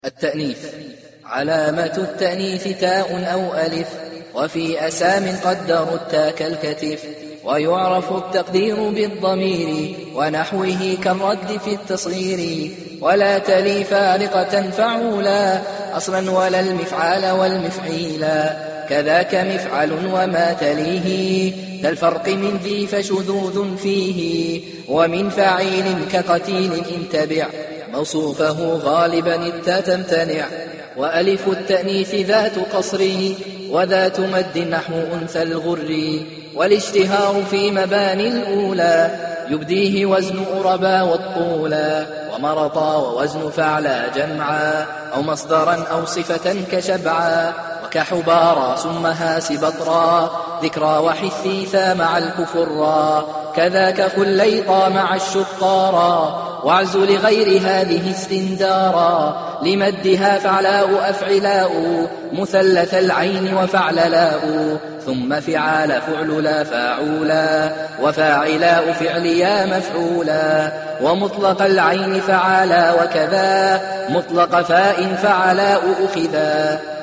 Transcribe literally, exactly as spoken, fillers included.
التأنيث. علامة التأنيث تاء أو ألف، وفي أسام قدروا التاء كالكتف، ويعرف التقدير بالضمير ونحوه كالرد في التصغير. ولا تلي فارقة فعولا أصلا ولا المفعال والمفعيلا، كذاك مفعل وما تليه ذا الفرق من ذي فشذوذ فيه. ومن فعيل كقتيل إن تبع موصوفه غالبا التاء تمتنع. وألف التأنيث ذات قصر وذات مد نحو أنثى الغر، والاشتهار في مباني الأولى يبديه وزن أربا والطولا. ومرطا ووزن فعلا جمعا أو مصدرا أو صفة كشبعا، وكحبارا سمها سبطرا ذكرى وحثيثا مع الكفرا. كذاك خليطا مع الشطارا وعز لغير هذه استندارا. لمدها فعلاء أفعلاء مثلث العين وفعللاء، ثم فعال فعللا فاعولا وفاعلاء فعليا مفعولا. ومطلق العين فعالا وكذا مطلق فاء فعلاء أخذا.